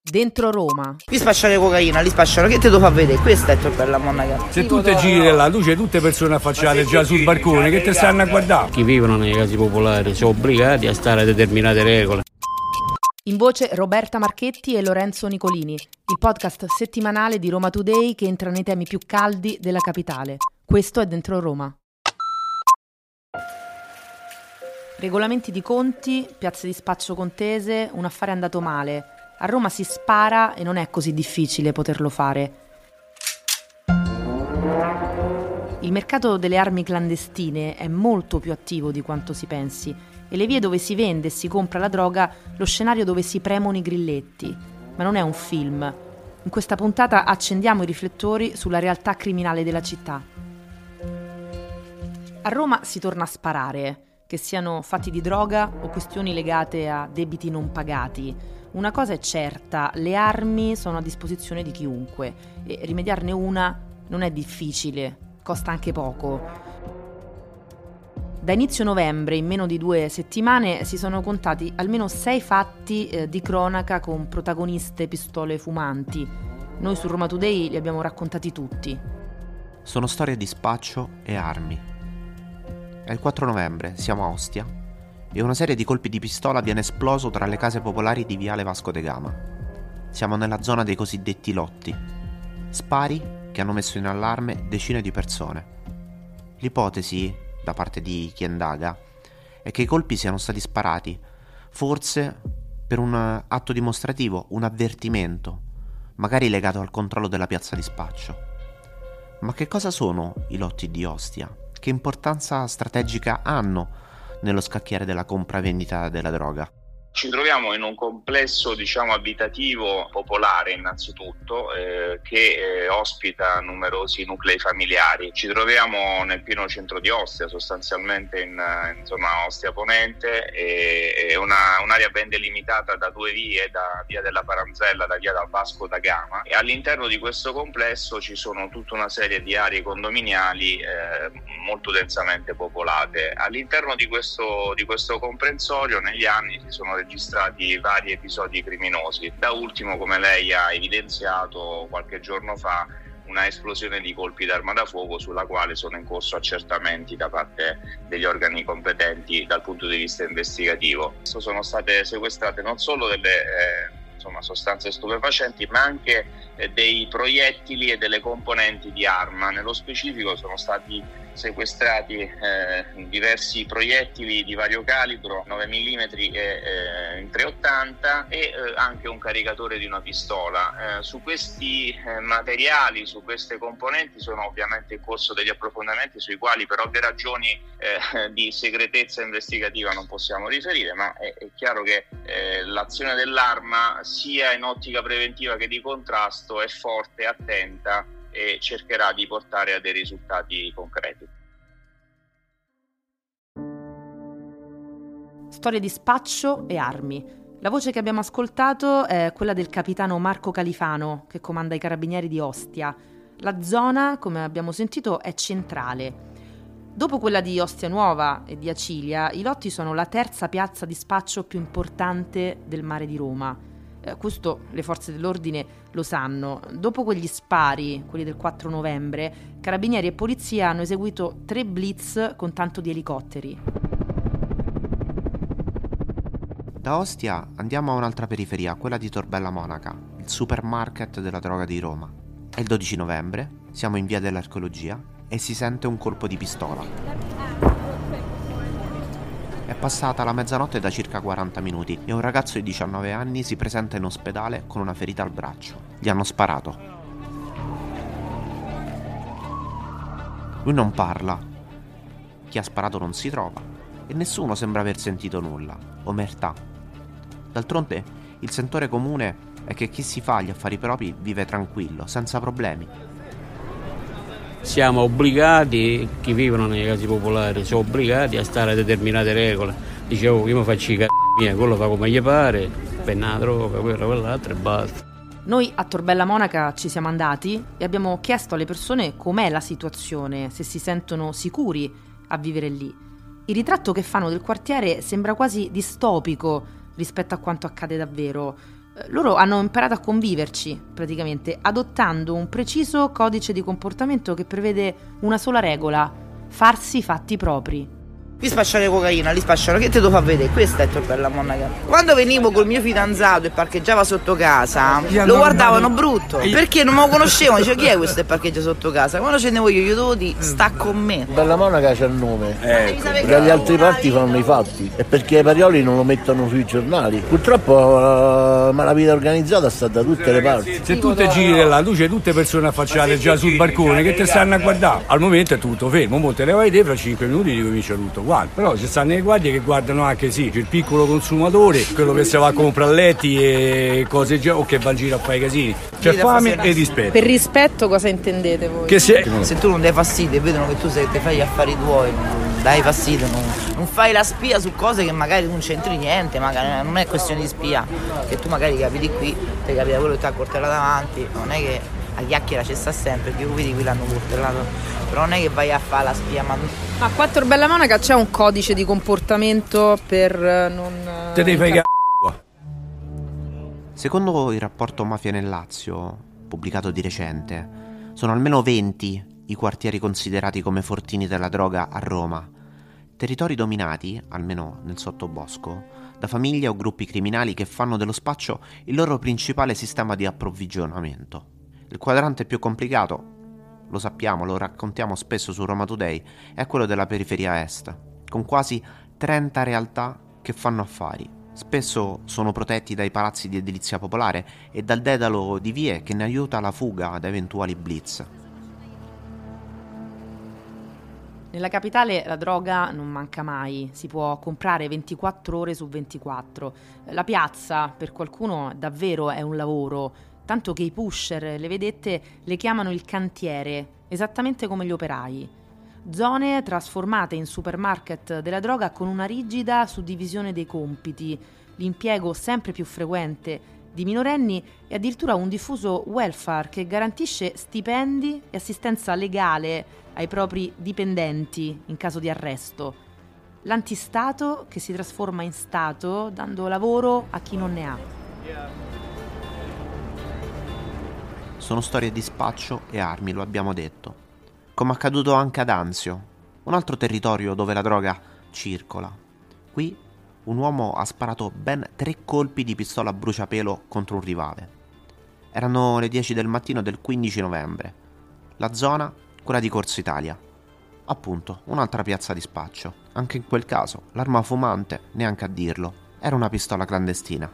Dentro Roma. Li spacciano cocaina, li spacciano. Che te lo fa vedere? Questa è Torbella Monaca. Se tu te giri là, tu c'è tutte persone affacciate già sul balcone che ti stanno a guardare. Chi vivono nei casi popolari sono obbligati a stare a determinate regole. In voce Roberta Marchetti e Lorenzo Nicolini, il podcast settimanale di Roma Today che entra nei temi più caldi della capitale. Questo è Dentro Roma. Regolamenti di conti, piazze di spaccio contese, un affare andato male. A Roma si spara e non è così difficile poterlo fare. Il mercato delle armi clandestine è molto più attivo di quanto si pensi e le vie dove si vende e si compra la droga lo scenario dove si premono i grilletti. Ma non è un film. In questa puntata accendiamo i riflettori sulla realtà criminale della città. A Roma si torna a sparare, che siano fatti di droga o questioni legate a debiti non pagati. Una cosa è certa, le armi sono a disposizione di chiunque e rimediarne una non è difficile, costa anche poco. Da inizio novembre, in meno di 2 settimane, si sono contati almeno 6 fatti di cronaca con protagoniste pistole fumanti. Noi su Roma Today li abbiamo raccontati tutti. Sono storie di spaccio e armi. È il 4 novembre, siamo a Ostia, e una serie di colpi di pistola viene esploso tra le case popolari di Viale Vasco da Gama. Siamo nella zona dei cosiddetti lotti. Spari che hanno messo in allarme decine di persone. L'ipotesi, da parte di chi indaga, è che i colpi siano stati sparati, forse per un atto dimostrativo, un avvertimento, magari legato al controllo della piazza di spaccio. Ma che cosa sono i lotti di Ostia? Che importanza strategica hanno nello scacchiere della compravendita della droga? Ci troviamo in un complesso, abitativo popolare innanzitutto, che ospita numerosi nuclei familiari. Ci troviamo nel pieno centro di Ostia, sostanzialmente in zona Ostia Ponente, e un'area ben delimitata da 2 vie, da via della Paranzella, da via dal Vasco da Gama. E all'interno di questo complesso ci sono tutta una serie di aree condominiali molto densamente popolate. All'interno di questo comprensorio negli anni si sono registrati vari episodi criminosi. Da ultimo, come lei ha evidenziato qualche giorno fa, una esplosione di colpi d'arma da fuoco sulla quale sono in corso accertamenti da parte degli organi competenti dal punto di vista investigativo. Sono state sequestrate non solo delle sostanze stupefacenti, ma anche dei proiettili e delle componenti di arma. Nello specifico sono stati sequestrati diversi proiettili di vario calibro, 9 mm e in 380, e anche un caricatore di una pistola. Su questi materiali, su queste componenti sono ovviamente in corso degli approfondimenti sui quali per ovvie ragioni di segretezza investigativa non possiamo riferire, ma è chiaro che l'azione dell'arma, sia in ottica preventiva che di contrasto, è forte, attenta e cercherà di portare a dei risultati concreti. Storie di spaccio e armi. La voce che abbiamo ascoltato è quella del capitano Marco Califano, che comanda i carabinieri di Ostia. La zona, come abbiamo sentito, è centrale. Dopo quella di Ostia Nuova e di Acilia, i lotti sono la terza piazza di spaccio più importante del mare di Roma. Questo le forze dell'ordine lo sanno. Dopo quegli spari, quelli del 4 novembre, carabinieri e polizia hanno eseguito 3 blitz con tanto di elicotteri. Da Ostia andiamo a un'altra periferia, quella di Torbella Monaca, il supermarket della droga di Roma. È il 12 novembre, siamo in via dell'Archeologia e si sente un colpo di pistola. È passata la mezzanotte da circa 40 minuti e un ragazzo di 19 anni si presenta in ospedale con una ferita al braccio. Gli hanno sparato. Lui non parla, chi ha sparato non si trova e nessuno sembra aver sentito nulla. Omertà. D'altronde il sentore comune è che chi si fa gli affari propri vive tranquillo, senza problemi. Siamo obbligati, chi vivono nei casi popolari, sono obbligati a stare a determinate regole. Dicevo, io mi faccio i miei, quello fa come gli pare, penna la droga, quell'altro e basta. Noi a Torbella Monaca ci siamo andati e abbiamo chiesto alle persone com'è la situazione, se si sentono sicuri a vivere lì. Il ritratto che fanno del quartiere sembra quasi distopico rispetto a quanto accade davvero. Loro hanno imparato a conviverci, praticamente, adottando un preciso codice di comportamento che prevede una sola regola: farsi i fatti propri. Qui spacciare cocaina, li spacciano, che te lo fa vedere? Questa è bella monaca. Quando venivo col mio fidanzato e parcheggiava sotto casa, lo guardavano brutto, perché non me lo conoscevano, dicevo chi è questo che parcheggia sotto casa? Quando ce ne voglio io devo dire, sta con me. Bella monaca c'ha il nome, perché gli altri parti fanno i fatti e perché i Parioli non lo mettono sui giornali. Purtroppo la malavita organizzata sta da tutte le parti. Se tu te giri là, tu c'è tutte persone affacciate già sul balcone che ti stanno a guardare. Al momento è tutto fermo, mo te le vai te, fra 5 minuti ricomincia tutto quanto. Però ci stanno le guardie che guardano anche il piccolo consumatore, quello che si va a comprare letti e cose già, o che va in giro a fare i casini. C'è fame e rispetto. Per rispetto cosa intendete voi? Che se tu non dai fastidio e vedono che tu sei, te fai gli affari tuoi, non dai fastidio, non fai la spia su cose che magari non c'entri niente, magari non è questione di spia, che tu magari capiti qui, ti capita quello che ti ha coltellato davanti, non è che a chiacchiera ci sta sempre, che vedi qui l'hanno coltellato, però non è che vai a fare la spia. Ma a Quattro Bella Monaca c'è un codice di comportamento per non... te devi fare Secondo il rapporto Mafia nel Lazio, pubblicato di recente, sono almeno 20 i quartieri considerati come fortini della droga a Roma, territori dominati, almeno nel sottobosco, da famiglie o gruppi criminali che fanno dello spaccio il loro principale sistema di approvvigionamento. Il quadrante più complicato, lo sappiamo, lo raccontiamo spesso su Roma Today, è quello della periferia est, con quasi 30 realtà che fanno affari. Spesso sono protetti dai palazzi di edilizia popolare e dal dedalo di vie che ne aiuta la fuga da eventuali blitz. Nella capitale la droga non manca mai, si può comprare 24 ore su 24. La piazza per qualcuno davvero è un lavoro, tanto che i pusher, le vedette, le chiamano il cantiere, esattamente come gli operai. Zone trasformate in supermarket della droga con una rigida suddivisione dei compiti, l'impiego sempre più frequente di minorenni e addirittura un diffuso welfare che garantisce stipendi e assistenza legale ai propri dipendenti in caso di arresto. L'antistato che si trasforma in Stato dando lavoro a chi non ne ha. Sono storie di spaccio e armi, lo abbiamo detto. Come accaduto anche ad Anzio, un altro territorio dove la droga circola. Qui un uomo ha sparato ben 3 colpi di pistola a bruciapelo contro un rivale. Erano le 10 del mattino del 15 novembre. La zona, quella di Corso Italia. Appunto, un'altra piazza di spaccio. Anche in quel caso, l'arma fumante, neanche a dirlo, era una pistola clandestina.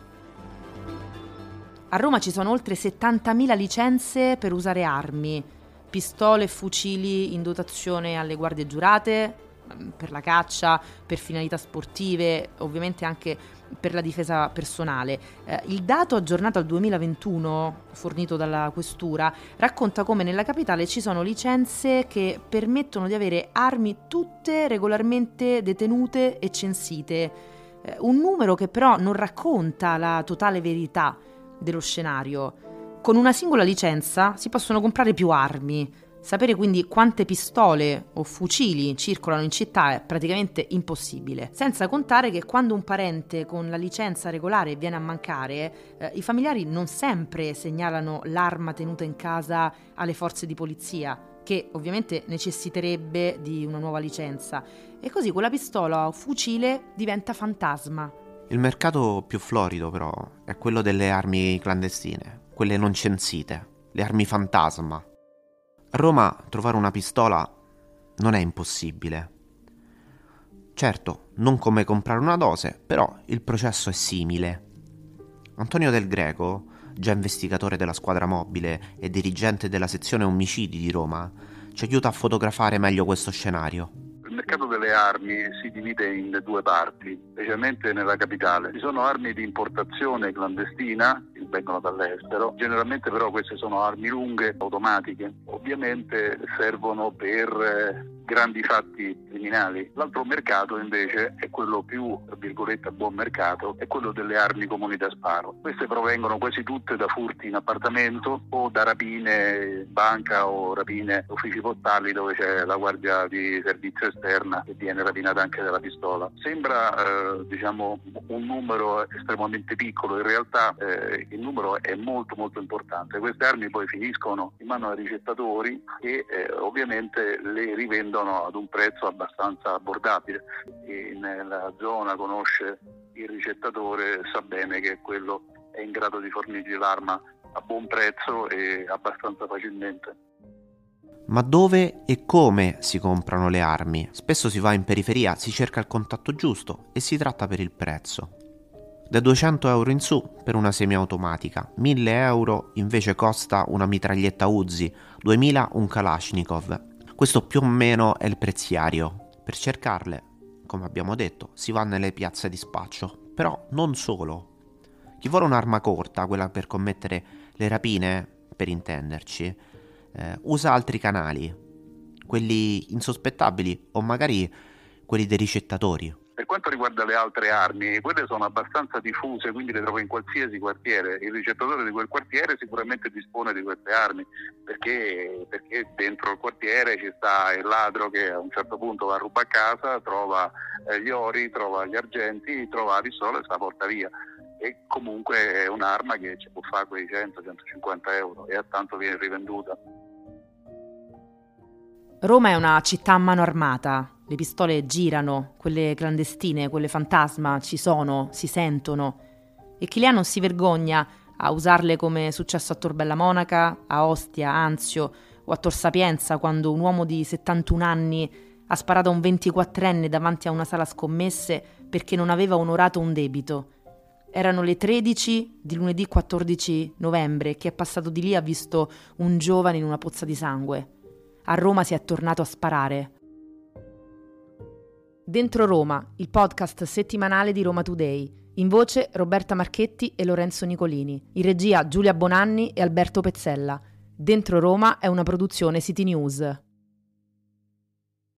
A Roma ci sono oltre 70.000 licenze per usare armi, pistole e fucili in dotazione alle guardie giurate, per la caccia, per finalità sportive, ovviamente anche per la difesa personale. Il dato aggiornato al 2021, fornito dalla Questura, racconta come nella capitale ci sono licenze che permettono di avere armi tutte regolarmente detenute e censite. Un numero che però non racconta la totale verità dello scenario. Con una singola licenza si possono comprare più armi. Sapere quindi quante pistole o fucili circolano in città è praticamente impossibile. Senza contare che quando un parente con la licenza regolare viene a mancare, i familiari non sempre segnalano l'arma tenuta in casa alle forze di polizia, che ovviamente necessiterebbe di una nuova licenza. E così quella pistola o fucile diventa fantasma. Il mercato più florido però è quello delle armi clandestine, quelle non censite, le armi fantasma. A Roma trovare una pistola non è impossibile. Certo, non come comprare una dose, però il processo è simile. Antonio Del Greco, già investigatore della squadra mobile e dirigente della sezione omicidi di Roma, ci aiuta a fotografare meglio questo scenario. Il mercato delle armi si divide in 2 parti, specialmente nella capitale. Ci sono armi di importazione clandestina, che vengono dall'estero, generalmente però queste sono armi lunghe, automatiche. Ovviamente servono per grandi fatti criminali. L'altro mercato invece è quello più, tra virgolette, a buon mercato, è quello delle armi comuni da sparo. Queste provengono quasi tutte da furti in appartamento o da rapine in banca o rapine uffici postali dove c'è la guardia di servizio esterna e viene rapinata anche della pistola. Sembra un numero estremamente piccolo, in realtà il numero è molto molto importante. Queste armi poi finiscono in mano ai ricettatori e ovviamente le rivendono ad un prezzo abbastanza abbordabile. Chi nella zona conosce il ricettatore sa bene che quello è in grado di fornirgli l'arma a buon prezzo e abbastanza facilmente. Ma dove e come si comprano le armi? Spesso si va in periferia, si cerca il contatto giusto e si tratta per il prezzo. Da 200 euro in su per una semiautomatica, 1000 euro invece costa una mitraglietta Uzi, 2000 un Kalashnikov. Questo più o meno è il prezziario. Per cercarle, come abbiamo detto, si va nelle piazze di spaccio. Però non solo. Chi vuole un'arma corta, quella per commettere le rapine, per intenderci, usa altri canali, quelli insospettabili o magari quelli dei ricettatori. Per quanto riguarda le altre armi, quelle sono abbastanza diffuse, quindi le trovo in qualsiasi quartiere. Il ricettatore di quel quartiere sicuramente dispone di queste armi, perché dentro il quartiere ci sta il ladro che a un certo punto va a rubare a casa, trova gli ori, trova gli argenti, trova la pistola e se la porta via. E comunque è un'arma che ci può fare quei 100-150 euro e a tanto viene rivenduta. Roma è una città a mano armata, le pistole girano, quelle clandestine, quelle fantasma ci sono, si sentono e chi le ha non si vergogna a usarle come è successo a Tor Bella Monaca, a Ostia, Anzio o a Tor Sapienza quando un uomo di 71 anni ha sparato a un 24enne davanti a una sala scommesse perché non aveva onorato un debito. Erano le 13 di lunedì 14 novembre, chi è passato di lì ha visto un giovane in una pozza di sangue. A Roma si è tornato a sparare. Dentro Roma, il podcast settimanale di Roma Today. In voce Roberta Marchetti e Lorenzo Nicolini. In regia Giulia Bonanni e Alberto Pezzella. Dentro Roma è una produzione City News.